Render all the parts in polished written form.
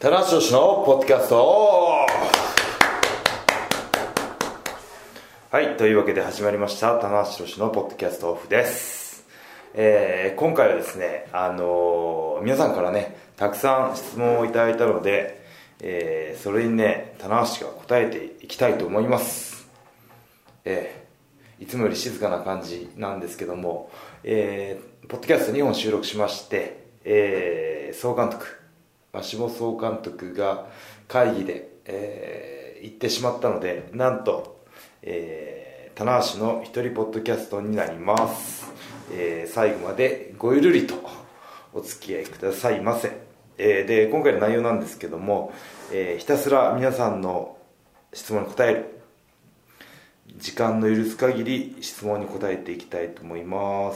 棚橋宏のポッドキャスト。はい、というわけで始まりました棚橋宏のポッドキャストオフです。今回はですね、皆さんからねたくさん質問をいただいたので、それにね棚橋が答えていきたいと思います。いつもより静かな感じなんですけども、ポッドキャスト2本収録しまして、総監督下総監督が会議で、行ってしまったので、なんと、棚橋の一人ポッドキャストになります。最後までごゆるりとお付き合いくださいませ。で今回の内容なんですけども、ひたすら皆さんの質問に答える、時間の許す限り質問に答えていきたいと思います。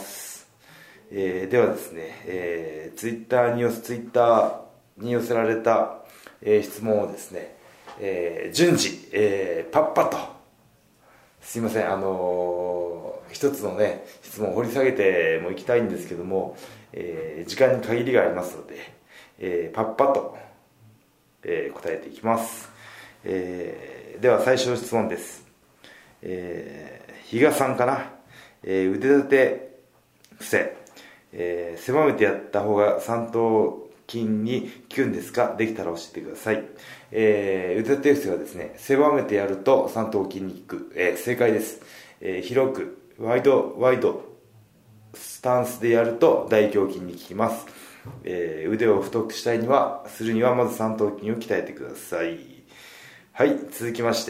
ではですね、ツイッターに寄せられた、質問をですね、順次、パッパとすいません、一つのね質問を掘り下げてもいきたいんですけども、時間に限りがありますので、パッパと、答えていきます。では最初の質問です。比嘉さんかな、腕立て伏せ、狭めてやった方が三頭筋に効くんですか？できたら教えてください。腕立て伏せはですね、狭めてやると三頭筋に効く、正解です。広くワイドスタンスでやると大胸筋に効きます。腕を太くしたいにはまず三頭筋を鍛えてください。はい、続きまして、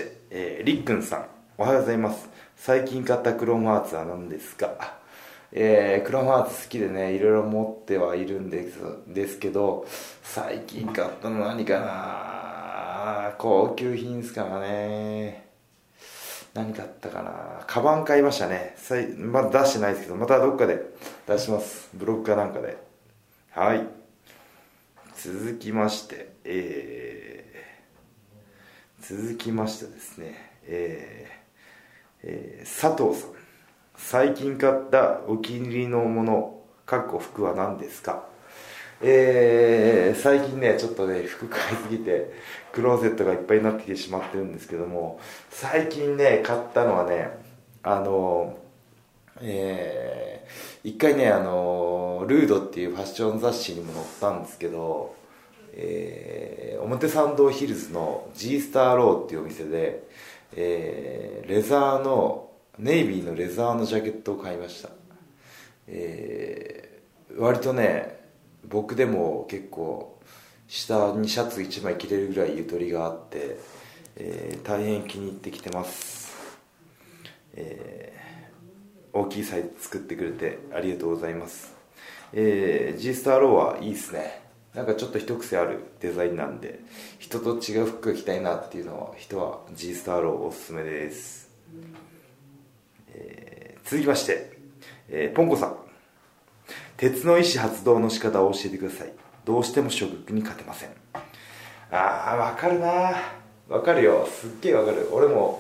りっくんさん、おはようございます。最近買ったクロムハーツは何ですか？クロムハーツ好きでね、いろいろ持ってはいるんですけど、最近買ったの何かな。高級品ですからね。何買ったかな。カバン買いましたね。まだ出してないですけど、またどっかで出します、ブログかなんかで。はい、続きましてですね、佐藤さん、最近買ったお気に入りのもの服は何ですか？最近ねちょっとね服買いすぎてクローゼットがいっぱいになってきてしまってるんですけども、最近ね買ったのはね、一回ねルードっていうファッション雑誌にも載ったんですけど、表参道ヒルズの G スターローっていうお店で、レザーのネイビーのレザーのジャケットを買いました。割とね僕でも結構下にシャツ1枚着れるぐらいゆとりがあって、大変気に入ってきてます。大きいサイズ作ってくれてありがとうございます。G スターローはいいですね。なんかちょっと一癖あるデザインなんで、人と違う服が着たいなっていう人は G スターローおすすめです。続きまして、ポンコさん、鉄の意志発動の仕方を教えてください。どうしても諸国に勝てません。わかるな。わかるよ、すっげえわかる。俺も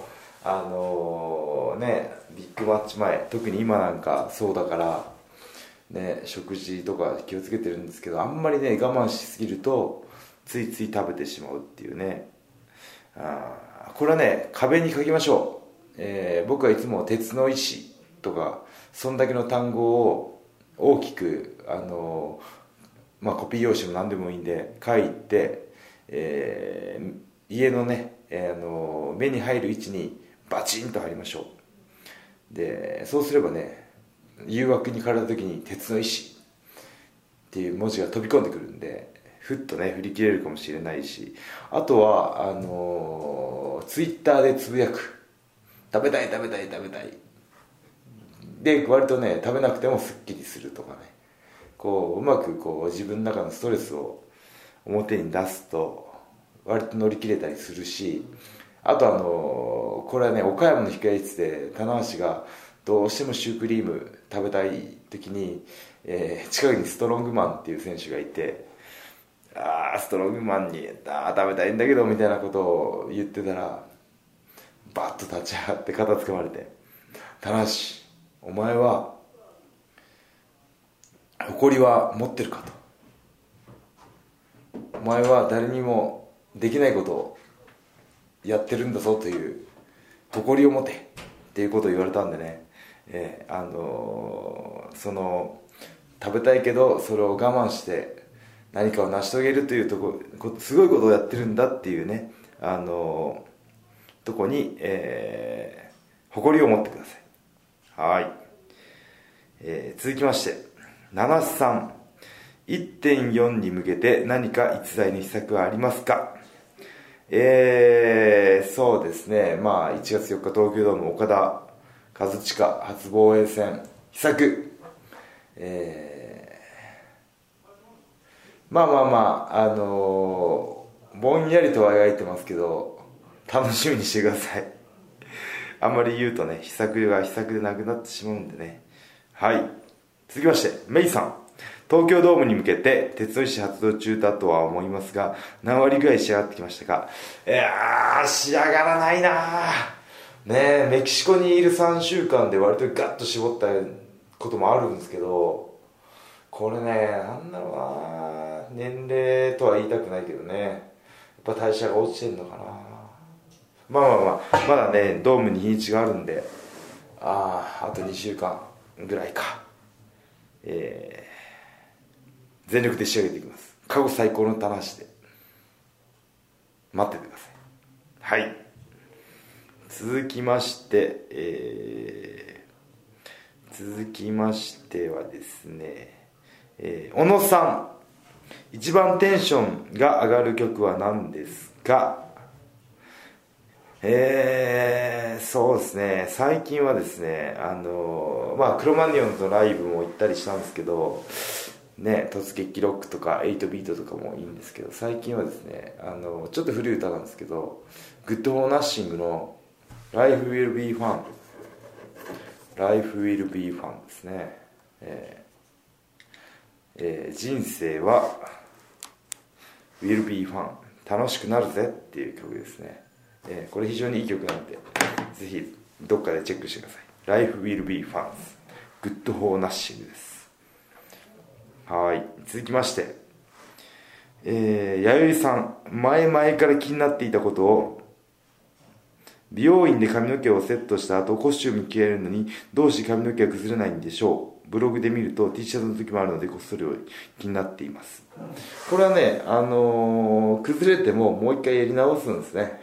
ビッグマッチ前、特に今なんかそうだからね、食事とか気をつけてるんですけど、あんまりね我慢しすぎるとついつい食べてしまうっていうね。これはね壁に書きましょう。僕はいつも鉄の意志とかそんだけの単語を大きくコピー用紙も何でもいいんで書いて、家のね、目に入る位置にバチンと貼りましょう。でそうすればね、誘惑に駆られた時に鉄の意志っていう文字が飛び込んでくるんで、ふっとね振り切れるかもしれないし、あとはツイッターでつぶやく、食べたいで割とね食べなくてもすっきりするとかね、うまく自分の中のストレスを表に出すと割と乗り切れたりするし、あとこれはね岡山の控え室で棚橋がどうしてもシュークリーム食べたい時に、近くにストロングマンっていう選手がいて、ストロングマンに食べたいんだけどみたいなことを言ってたら、バッと立ち上がって肩つかまれて、棚橋お前は誇りは持ってるかと、 お前は誰にもできないことをやってるんだぞという誇りを持てっていうことを言われたんでね、その食べたいけどそれを我慢して何かを成し遂げるというすごいことをやってるんだっていうね、とこに、誇りを持ってください。はい、続きまして七瀬さん、 1.4 に向けて何か逸材の秘策はありますか？そうですね、まあ1月4日東京ドーム岡田和親初防衛戦秘策、まあまあまあぼんやりとは描いてますけど楽しみにしてください。あんまり言うとね、秘策が秘策でなくなってしまうんでね。はい、続きましてメイさん、東京ドームに向けて鉄道石発動中だとは思いますが何割ぐらい仕上がってきましたか？いやー、仕上がらないなね。メキシコにいる3週間で割とガッと絞ったこともあるんですけど、これね、なんだろうな、年齢とは言いたくないけどね、やっぱ代謝が落ちてるのかな。まあまあまあ、まだねドームに日にちがあるんで、あと2週間ぐらいか、全力で仕上げていきます。過去最高の棚橋で待っててください。はい、続きましてはですね、小野さん、一番テンションが上がる曲は何ですか？そうですね、最近はですね、クロマニオンズのライブも行ったりしたんですけどね、突撃ロックとか8ビートとかもいいんですけど、最近はですね、ちょっと古い歌なんですけど、グッドフォーナッシングの Life Will Be Fun Life Will Be Fun ですね、人生は Will Be Fun 楽しくなるぜっていう曲ですね。これ非常にいい曲なんでぜひどっかでチェックしてください。 Life Will Be Fun Good for Nothing です。はい、続きまして、弥生さん、前々から気になっていたことを、美容院で髪の毛をセットした後コスチューム着替えるのにどうして髪の毛が崩れないんでしょう。ブログで見ると T シャツの時もあるのでこっそり気になっています。これはね、崩れてももう一回やり直すんですね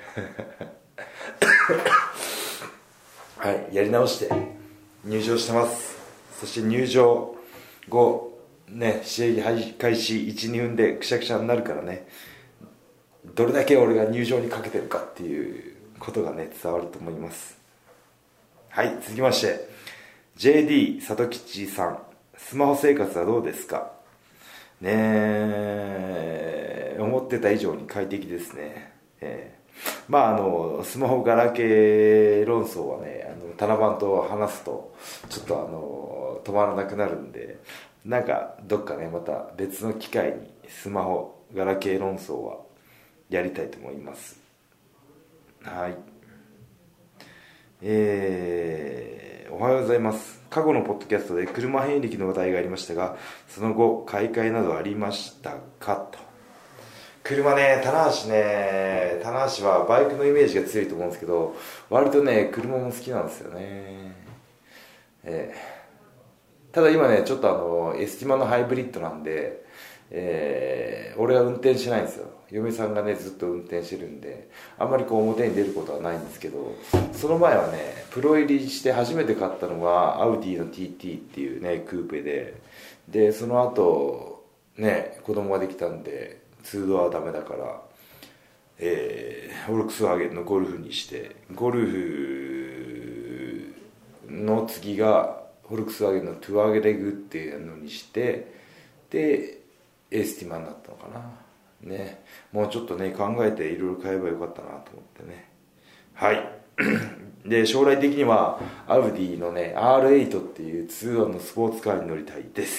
はい、やり直して入場してます。そして入場後ね、試合開始 1,2 分でくしゃくしゃになるからね、どれだけ俺が入場にかけてるかっていうことがね伝わると思います。はい、続きまして JD 里吉さん、スマホ生活はどうですかね。思ってた以上に快適ですね。スマホガラケー論争はね、タナバンと話すとちょっと止まらなくなるんで、なんかどっかねまた別の機会にスマホガラケー論争はやりたいと思います。はい、おはようございます。過去のポッドキャストで車遍歴の話題がありましたが、その後買い替えなどありましたかと。車ね、棚橋はバイクのイメージが強いと思うんですけど、割とね車も好きなんですよね。ただ今ねちょっとエスティマのハイブリッドなんで、俺は運転しないんですよ。嫁さんがねずっと運転してるんであんまりこう表に出ることはないんですけど、その前はねプロ入りして初めて買ったのがアウディの TT っていうねクーペで、その後ね子供ができたんで2ドアはダメだから、フォルクスワーゲンのゴルフにして、ゴルフの次がフォルクスワーゲンのトゥアーゲレグっていうのにして、でエスティマになったのかなね。もうちょっとね考えていろいろ買えばよかったなと思ってね。はいで将来的にはアウディのね R8 っていう2ドアのスポーツカーに乗りたいです。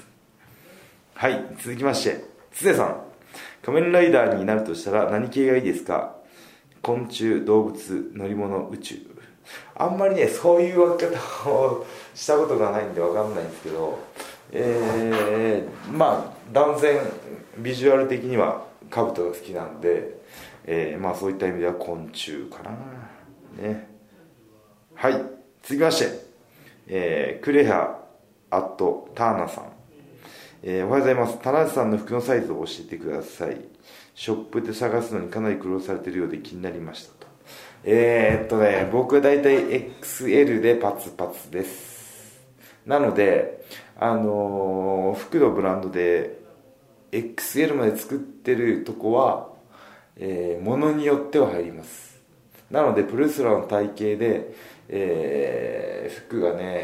はい、続きまして常さん、仮面ライダーになるとしたら何系がいいですか？昆虫、動物、乗り物、宇宙。あんまりねそういう分け方をしたことがないんで分かんないんですけど、 断然ビジュアル的にはカブトが好きなんで、そういった意味では昆虫かなね。はい、続きまして、クレハアットターナさん、おはようございます。田中さんの服のサイズを教えてください。ショップで探すのにかなり苦労されているようで気になりましたと。僕はだいたい XL でパツパツです。なので服のブランドで XL まで作ってるとこは、ものによっては入ります。なのでプロレスラーの体型で、服がね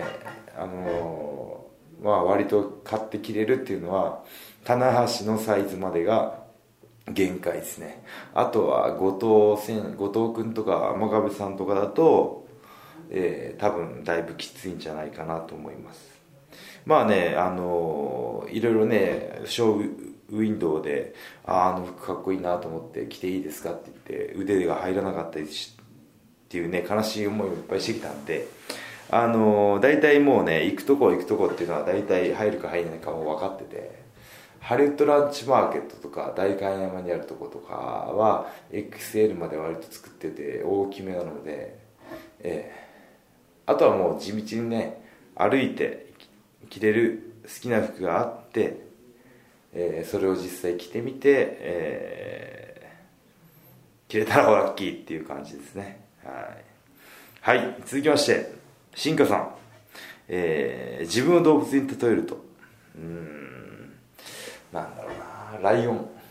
割と買って着れるっていうのは棚橋のサイズまでが限界ですね。あとは後藤君とか真壁さんとかだと、多分だいぶきついんじゃないかなと思います。いろいろねショーウィンドウで服かっこいいなと思って着ていいですかって言って腕が入らなかったりっていうね悲しい思いをいっぱいしてきたんで、大体もうね行くとこっていうのは大体入るか入らないかも分かってて、ハリウッドランチマーケットとか代官山にあるとことかは XL まで割と作ってて大きめなので、あとはもう地道にね歩いて着れる好きな服があって、それを実際着てみて、着れたらラッキーっていう感じですね。はい、続きまして新華さん、自分を動物に例えるとなんだろうな、ライ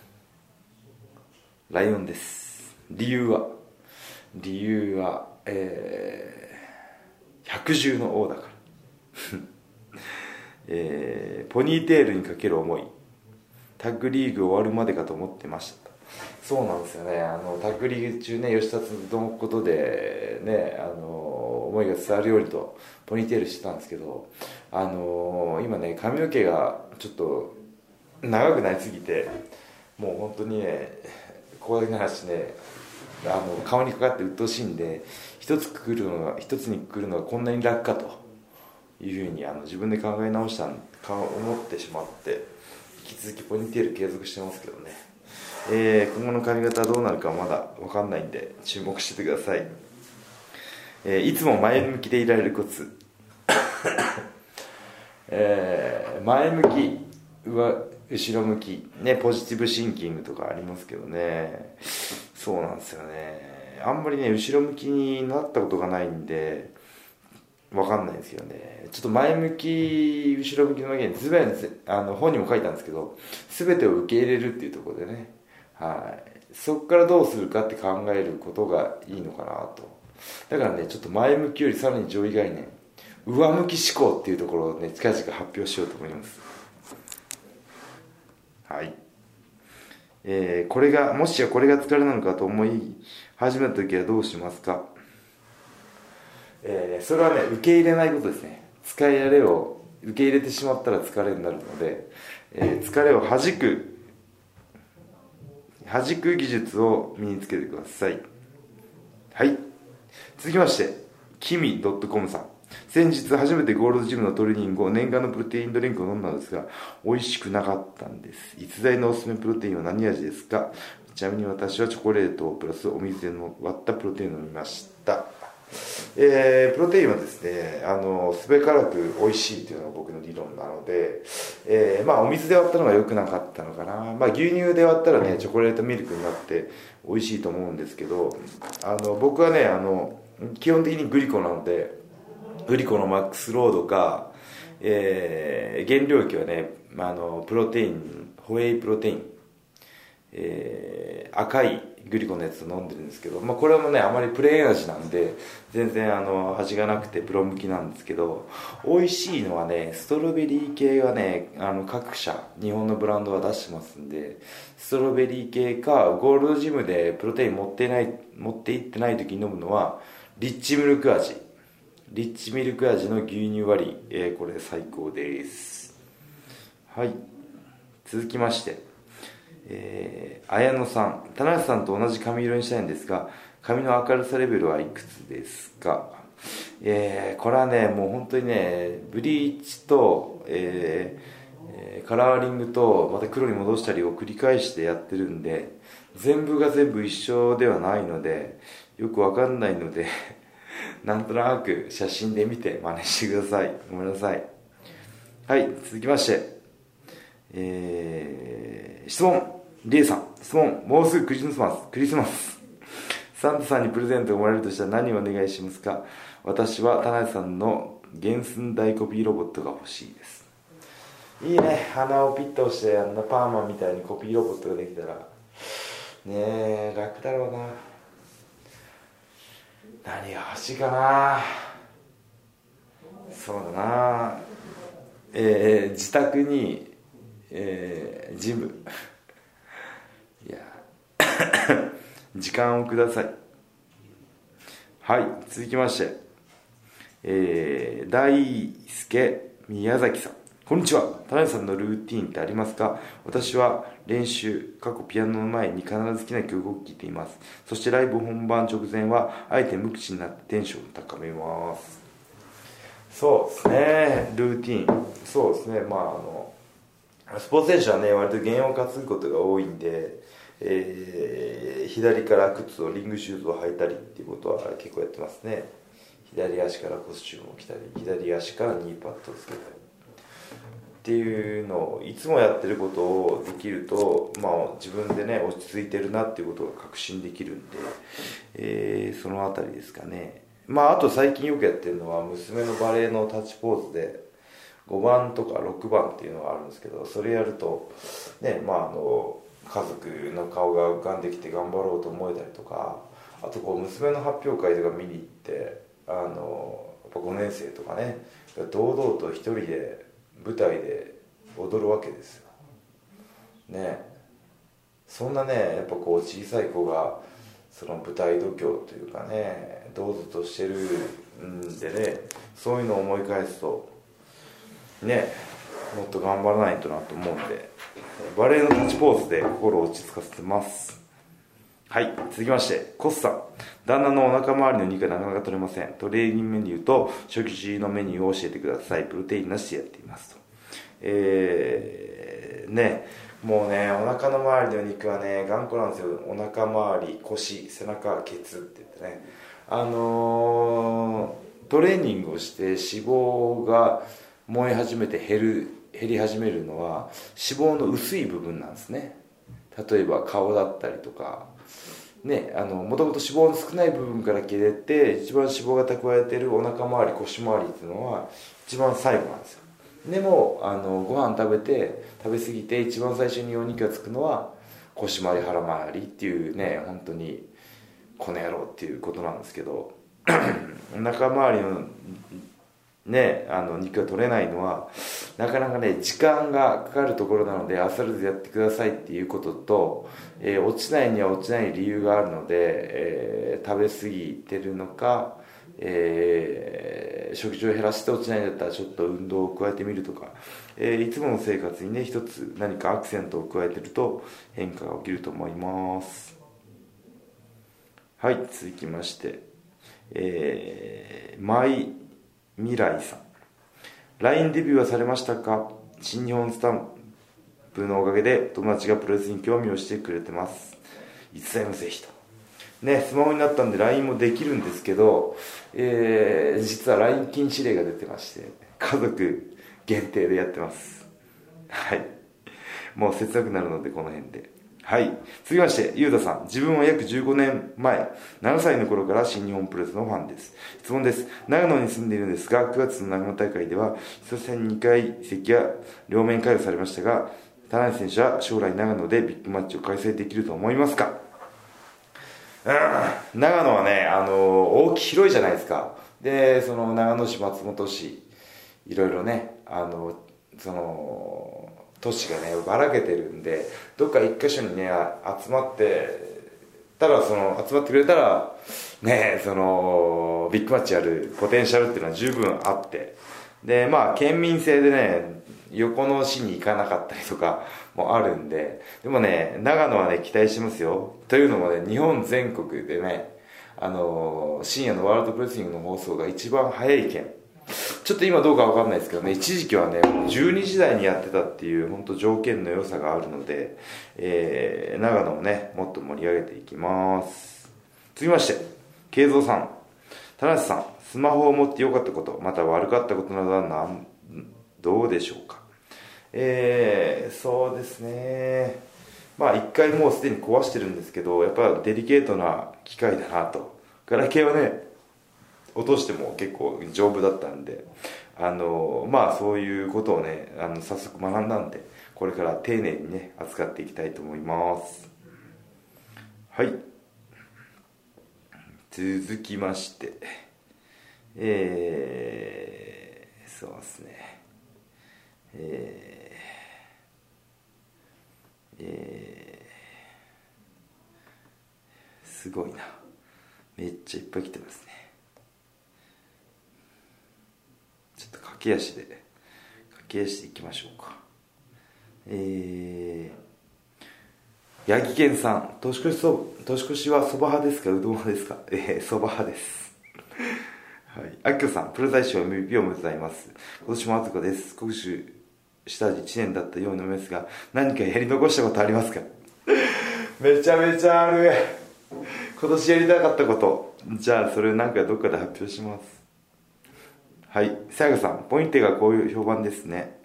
オンです。理由は、百獣の王だからポニーテールにかける思い、タッグリーグ終わるまでかと思ってました。そうなんですよね。タッグリーグ中ね吉田のことでね思いが伝わるようにとポニーテールしてたんですけど、今ね髪の毛がちょっと長くなりすぎてもう本当にねこういう話ね顔にかかって鬱陶しいんで、一つにくくるのがこんなに楽かというふうに自分で考え直した思ってしまって、引き続きポニーテール継続してますけどね、今後の髪型はどうなるかまだ分かんないんで注目しててください。いつも前向きでいられるコツ前向き後ろ向きね、ポジティブシンキングとかありますけどね、そうなんですよね。あんまりね後ろ向きになったことがないんで分かんないんですけどね、ちょっと前向き後ろ向きの前に本にも書いたんですけど、全てを受け入れるっていうところでね、そこからどうするかって考えることがいいのかなと。だからねちょっと前向きよりさらに上位概念、上向き思考っていうところをね近々発表しようと思います。はい、もしやこれが疲れなのかと思い始めた時はどうしますか。それはね受け入れないことですね。疲れを受け入れてしまったら疲れになるので、疲れを弾く技術を身につけてください。はい、続きましてキミ .com さん、先日初めてゴールドジムのトレーニング後念願のプロテインドリンクを飲んだのですが美味しくなかったんです。逸材のおすすめプロテインは何味ですか。ちなみに私はチョコレートプラスお水で割ったプロテインを飲みました。プロテインはですねすべからく美味しいというのが僕の理論なので、お水で割ったのが良くなかったのかな。牛乳で割ったらねチョコレートミルクになって美味しいと思うんですけど、僕はね基本的にグリコなのでグリコのマックスロードか、原料液はねプロテインホエイプロテイン、赤いグリコのやつを飲んでるんですけど、これもねあまりプレーン味なんで全然味がなくてプロ向きなんですけど、美味しいのはねストロベリー系はね各社日本のブランドは出してますんで、ストロベリー系かゴールドジムでプロテイン持って行ってない時に飲むのはリッチミルク味の牛乳割り、これ最高です。はい、続きまして綾野さん、田中さんと同じ髪色にしたいんですが髪の明るさレベルはいくつですか。これはねもう本当にねブリーチと、 カラーリングとまた黒に戻したりを繰り返してやってるんで、全部が全部一緒ではないのでよくわかんないのでなんとなく写真で見て真似してください。ごめんなさい。はい、続きまして、質問。リエさん、質問。もうすぐクリスマス。サンタさんにプレゼントをもらえるとしたら何をお願いしますか？私は田辺さんの原寸大コピーロボットが欲しいです。いいね、鼻をピッと押してパーマみたいにコピーロボットができたらねえ、楽だろうな。何が欲しいかな。そうだな、自宅に、ジムいや時間をください。はい、続きまして、大輔宮崎さん、こんにちは。田辺さんのルーティーンってありますか？私は練習ピアノの前に必ず好きな曲を聴いています。そしてライブ本番直前はあえて無口になってテンションを高めます。そうですね、ルーティーン。そうですね、スポーツ選手はね割と弦を担ぐことが多いんで、左から靴をリングシューズを履いたりっていうことは結構やってますね。左足からコスチュームを着たり、左足からニーパッドをつけたりっていうのをいつもやってることをできると、自分でね落ち着いてるなっていうことが確信できるんで、そのあたりですかね。あと最近よくやってるのは娘のバレエのタッチポーズで5番とか6番っていうのがあるんですけど、それやるとね、家族の顔が浮かんできて頑張ろうと思えたりとか、あと娘の発表会とか見に行ってやっぱ5年生とかね堂々と一人で舞台で踊るわけですよね。そんなねやっぱ小さい子がその舞台度胸というかね堂々としてるんでね、そういうのを思い返すとねもっと頑張らないとなと思うんで、バレエのタッチポーズで心を落ち着かせてます。はい、続きましてコスさん、旦那のお腹周りの肉がなかなか取れません。トレーニングメニューと食事のメニューを教えてください。プロテインなしでやっていますと。もうねお腹の周りの肉はね頑固なんですよ。お腹周り、腰、背中、ケツって言ってね、トレーニングをして脂肪が燃え始めて減り始めるのは脂肪の薄い部分なんですね。例えば顔だったりとかね、もともと脂肪の少ない部分から切れて一番脂肪が蓄えているお腹周り、腰周りっていうのは一番最後なんですよ。でもご飯食べ過ぎて一番最初にお肉がつくのは腰回り、腹回りっていうね、本当にこの野郎っていうことなんですけどお腹周りのね肉が取れないのはなかなかね時間がかかるところなので焦らずやってくださいっていうことと、落ちないには落ちない理由があるので、食べ過ぎてるのか、食事を減らして落ちないんだったらちょっと運動を加えてみるとか、いつもの生活にね一つ何かアクセントを加えてると変化が起きると思います。はい、続きまして、マイ未来さん、 LINE デビューはされましたか？新日本スタンプのおかげで友達がプロレスに興味をしてくれてます。いつでもぜひとね、スマホになったんで LINE もできるんですけど、実は LINE 禁止令が出てまして家族限定でやってます。はい、もう切なくなるのでこの辺で。はい、続きましてゆうたさん、自分は約15年前7歳の頃から新日本プロレスのファンです。質問です。長野に住んでいるんですが、9月の長野大会では1戦2回席や両面解除されましたが、田中選手は将来長野でビッグマッチを開催できると思いますか？長野はね広いじゃないですか。でその長野市、松本市、いろいろねその都市がねばらけてるんで、どっか一箇所にね集まってくれたらねそのビッグマッチやるポテンシャルっていうのは十分あって、で県民性でね横の市に行かなかったりとかもあるんで、でもね長野はね期待してますよ。というのもね日本全国でね深夜のワールドプロレスリングの放送が一番早い県ちょっと今どうかわかんないですけどね、一時期はね12時台にやってたっていう本当条件の良さがあるので、長野をねもっと盛り上げていきます。続きまして、慶三さん、田無さん、スマホを持って良かったことまた悪かったことなどはどうでしょうか。そうですね、まあ一回もうすでに壊してるんですけど、やっぱデリケートな機械だなと。ガラケーはね落としても結構丈夫だったんで、まあそういうことをね早速学んだんで、これから丁寧にね扱っていきたいと思います。はい、続きまして、そうですね、すごいな、めっちゃいっぱい来てますね。ちょっと駆け足でいきましょうか。八木健さん、年越しはそば派ですか、うどん派ですか。そば派です。はい、あっきょさん、プロ大賞 MVP をございます。今年もあずこです。国主下地1年だったように思いますが、何かやり残したことありますか。めちゃめちゃある。今年やりたかったこと、じゃあそれなんかどっかで発表します。はい、さやかさん、ポインテが好評ですね。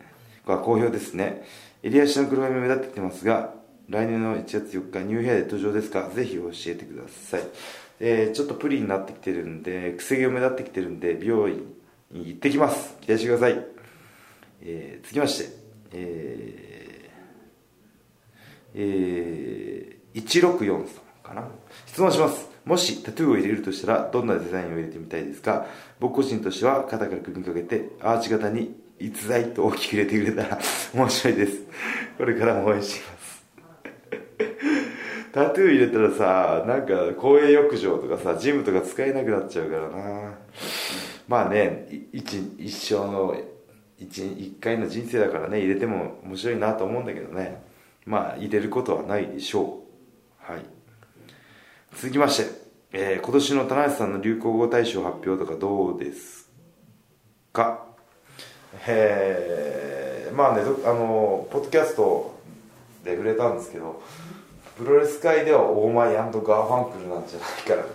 襟足の黒髪目立ってきてますが、来年の1月4日ニューヘアで登場ですか。ぜひ教えてください。ちょっとプリになってきてるんで、くせ毛目立ってきてるんで、美容院に行ってきます。期待してください。続きまして、164さんかな。質問します。もしタトゥーを入れるとしたらどんなデザインを入れてみたいですか。僕個人としては肩から首にかけてアーチ型に逸材と大きく入れてくれたら面白いです。これからも応援していますタトゥー入れたらさ、なんか公営浴場とかさ、ジムとか使えなくなっちゃうからな。まあね、一生の一回の人生だからね、入れても面白いなと思うんだけどね、まあ入れることはないでしょう。はい、続きまして、今年の田中さんの流行語大賞発表とかどうですか。まあね、ポッドキャストで触れたんですけど、プロレス界ではオーマイ&ガーファンクルなんじゃないかな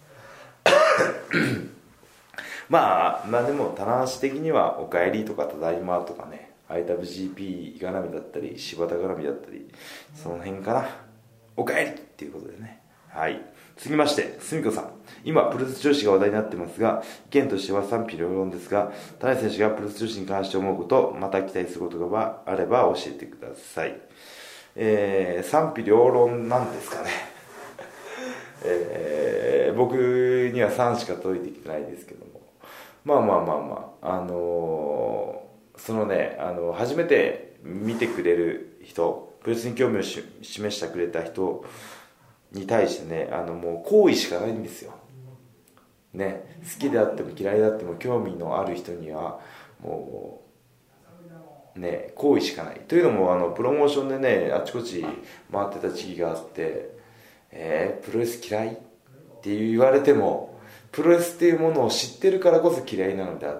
まあでも棚橋的にはおかえりとかただいまとかね、 IWGP 絡みだったり柴田絡みだったり、その辺かな。おかえりっていうことでね。はい、続きましてすみこさん、今プロレス女子が話題になってますが、意見としては賛否両論ですが、田中選手がプロレス女子に関して思うこと、また期待することがあれば教えてください。賛否両論なんですかね僕には3しか届いてきてないですけども、まあそのね、初めて見てくれる人、プロレスに興味を示してくれた人に対してね、もう好意しかないんですよね。好きであっても嫌いであっても興味のある人にはもうね、好意しかない。というのもプロモーションでね、あちこち回ってた時期があって、プロレス嫌いって言われても、プロレスっていうものを知ってるからこそ嫌いなのであって、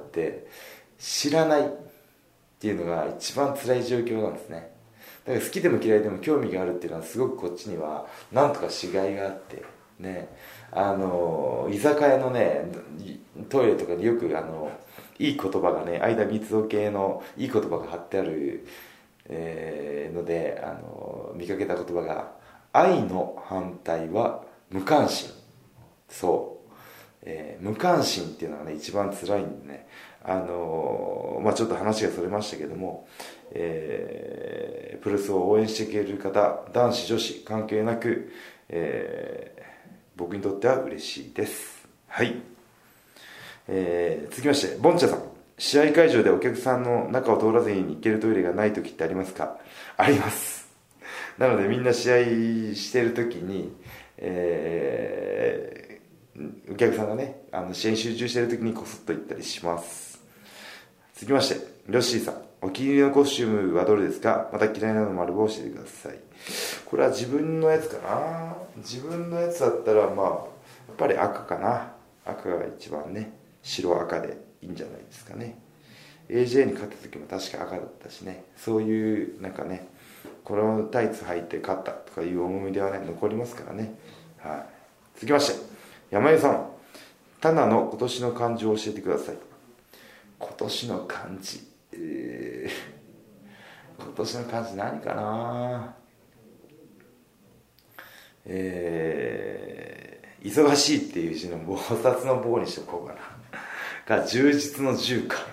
知らないっていうのが一番辛い状況なんですね。だから好きでも嫌いでも興味があるっていうのはすごくこっちにはなんとかしがいがあってね、居酒屋のねトイレとかによくいい言葉がね、相田光雄系のいい言葉が貼ってある、ので見かけた言葉が、愛の反対は無関心。そう、無関心っていうのがね一番辛いんでね、ちょっと話がそれましたけども、プロレスを応援してくれる方、男子女子関係なく、僕にとっては嬉しいです。はい、続きましてボンチャさん、試合会場でお客さんの中を通らずに行けるトイレがない時ってありますか。あります。なのでみんな試合してる時に、お客さんがね試合に集中してる時にこすっと行ったりします。続きましてヨッシーさん、お気に入りのコスチュームはどれですか。また嫌いなのもあれば教えてください。これは自分のやつかな。自分のやつだったらやっぱり赤かな。赤が一番ね、白赤でいいんじゃないですかね。 AJ に勝った時も確か赤だったしね、そういうなんかね、このタイツ履いて勝ったとかいう思い出はね残りますからね。はい、続きまして山井さん、タナの今年の漢字を教えてください。今年の漢字、今年の漢字何かな。忙しいっていう字の菩薩の棒にしとこうかなが充実の充か。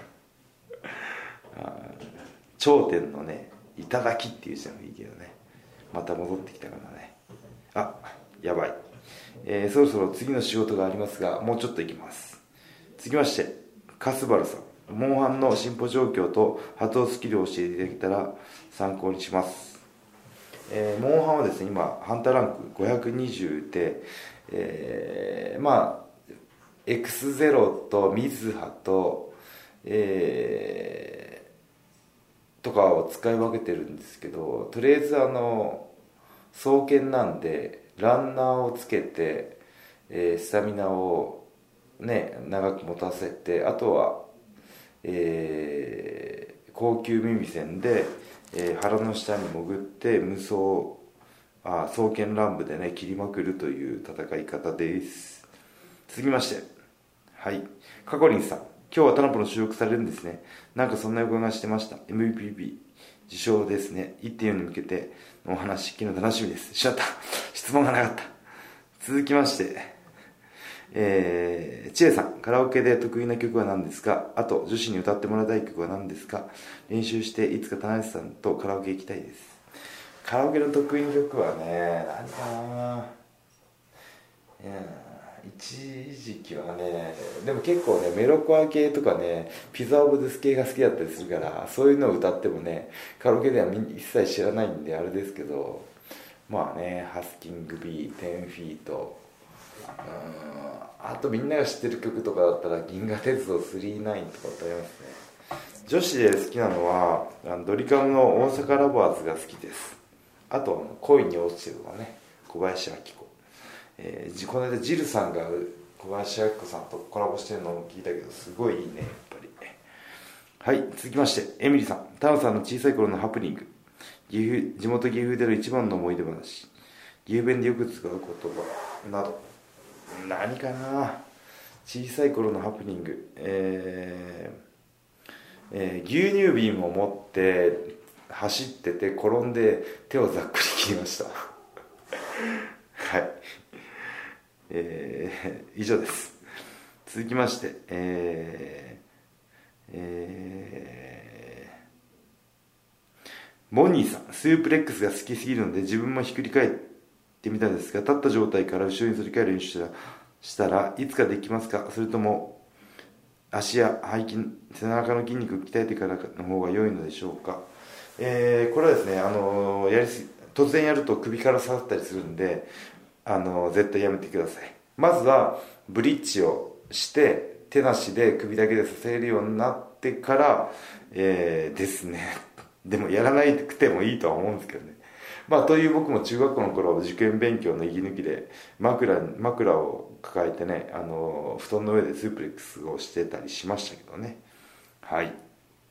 頂点のね、いただきっていう字でもいいけどね。また戻ってきたからね。あ、やばい。そろそろ次の仕事がありますが、もうちょっといきます。続きましてカスバルさん、モンハンの進歩状況と発動スキルを教えていただけたら参考にします。モンハンはですね、今ハンターランク520で、まあ X0 とミズハと、とかを使い分けてるんですけど、とりあえず双剣なんでランナーをつけて、スタミナをね長く持たせて、あとは、高級耳栓で、腹の下に潜って双剣乱舞でね切りまくるという戦い方です。続きまして、はい、カコリンさん、今日はタナポの収録されるんですね。なんかそんな予感がしてました。 MVP 受賞ですね。1.4に向けてのお話聞くの楽しみです。しまった、質問がなかった。続きまして、チエさん、カラオケで得意な曲は何ですか？あと女子に歌ってもらいたい曲は何ですか？練習していつか田中さんとカラオケ行きたいです。カラオケの得意な曲はね、何かな。一時期はね、でも結構ねメロコア系とかね、ピザオブデス系が好きだったりするから、そういうのを歌ってもねカラオケでは一切知らないんであれですけど、まあね、ハスキング B10 フィート、あとみんなが知ってる曲とかだったら銀河鉄道999とか歌いますね。女子で好きなのはドリカムの大阪ラバーズが好きです。あと恋に落ちてるのね、小林明子、この間ジルさんが小林明子さんとコラボしてるのを聞いたけど、すごいいいねやっぱり。はい、続きましてエミリさん、タナさんの小さい頃のハプニング、地元岐阜での一番の思い出話、岐阜弁でよく使う言葉など。何かな。小さい頃のハプニング、牛乳瓶を持って走ってて転んで手をざっくり切りましたはい、以上です。続きまして、モニーさん、スープレックスが好きすぎるので自分もひっくり返ってみたんですが、立った状態から後ろに反り返る練習したらいつかできますか？それとも足や背筋、背中の筋肉を鍛えてからの方が良いのでしょうか？これはですね、突然やると首から刺さったりするんで、絶対やめてください。まずはブリッジをして手なしで首だけで支えるようになってから、ですね。でもやらなくてもいいとは思うんですけどね。まあという、僕も中学校の頃受験勉強の息抜きで枕を抱えてね、布団の上でスープレックスをしてたりしましたけどね。はい。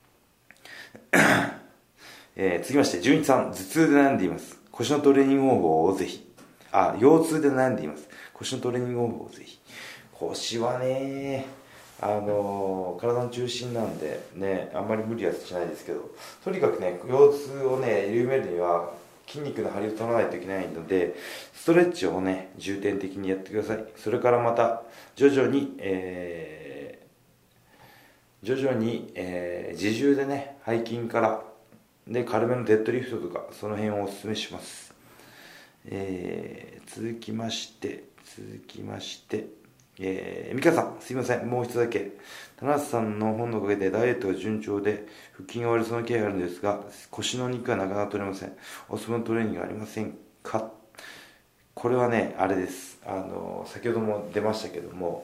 続きまして純一さん、頭痛で悩んでいます。腰のトレーニング方法をぜひ。腰痛で悩んでいます。腰のトレーニング方法をぜひ。腰はね、体の中心なんでね、あんまり無理はしないですけど、とにかくね、腰痛をね緩めるには筋肉の張りを取らないといけないので、ストレッチをね重点的にやってください。それからまた徐々に、自重でね、背筋からで軽めのデッドリフトとか、その辺をおすすめします。続きまして、美香さん、すいません、もう一つだけ。田中さんの本のおかげでダイエットが順調で腹筋が割れそうな気配があるんですが、腰の肉がなかなか取れません。おすすめのトレーニングがありませんか？これはね、あれです。先ほども出ましたけども、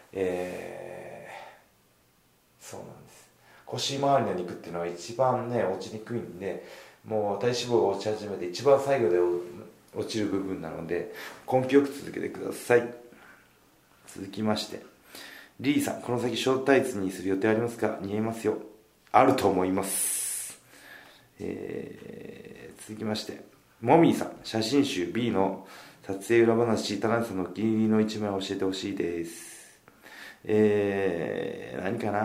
そうなんです。腰周りの肉っていうのは一番ね落ちにくいんで、もう体脂肪が落ち始めて一番最後で落ちる部分なので、根気よく続けてください。続きましてリーさん、この先ショートタイツにする予定ありますか？似合いますよ。 あると思います。続きましてもみーさん、写真集 B の撮影裏話、田中さんのお気に入りの一枚を教えてほしいです。何か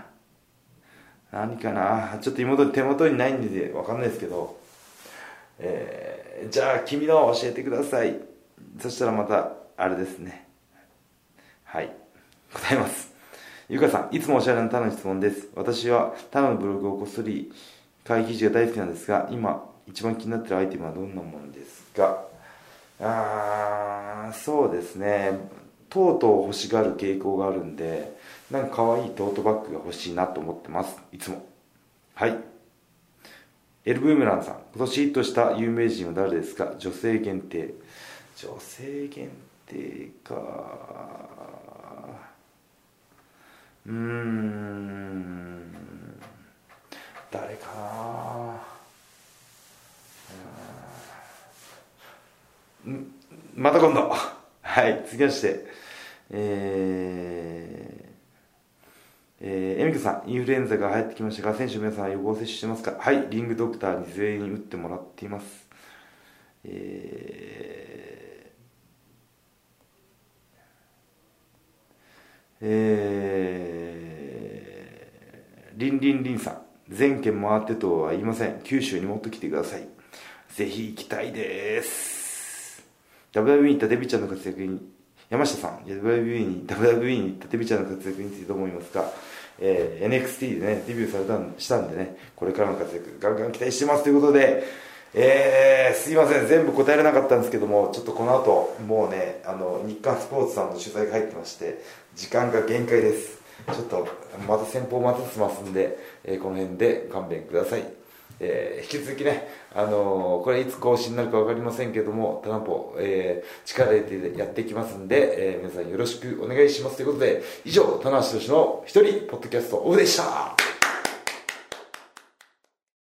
な、ちょっと手元にないんで分かんないですけど、じゃあ君の教えてください。そしたらまたあれですね、はい、答えます。ゆかさん、いつもおしゃれなタナの質問です。私はタナのブログをこっそり会記事が大好きなんですが、今一番気になっているアイテムはどんなものですか？そうですね、トートを欲しがる傾向があるんで、なんか可愛いトートバッグが欲しいなと思ってます、いつも。はい。エルブーメランさん、今年ヒットした有名人は誰ですか？女性限定か。誰かな。また今度。はい、続きまして、エミクさん、インフルエンザが流行ってきましたが、選手の皆さんは予防接種してますか？はい、リングドクターに全員打ってもらっています。リンリンリンさん、全県回ってとは言いません。九州にもっと来てください。ぜひ行きたいです。WWE に行ったデビちゃんの活躍に、山下さん、WWE に行ったデビちゃんの活躍についてどう思いますか？NXT でね、デビューしたんでね、これからの活躍、ガンガン期待してますということで、すいません、全部答えられなかったんですけども、ちょっとこの後、もうね、日刊スポーツさんの取材が入ってまして、時間が限界です。ちょっと、また先方待たせますんで、この辺で勘弁ください。引き続きね、これいつ更新になるか分かりませんけども、タナポ、力入れてやっていきますんで、皆さんよろしくお願いしますということで、以上、棚橋宏の一人ポッドキャストオフでした。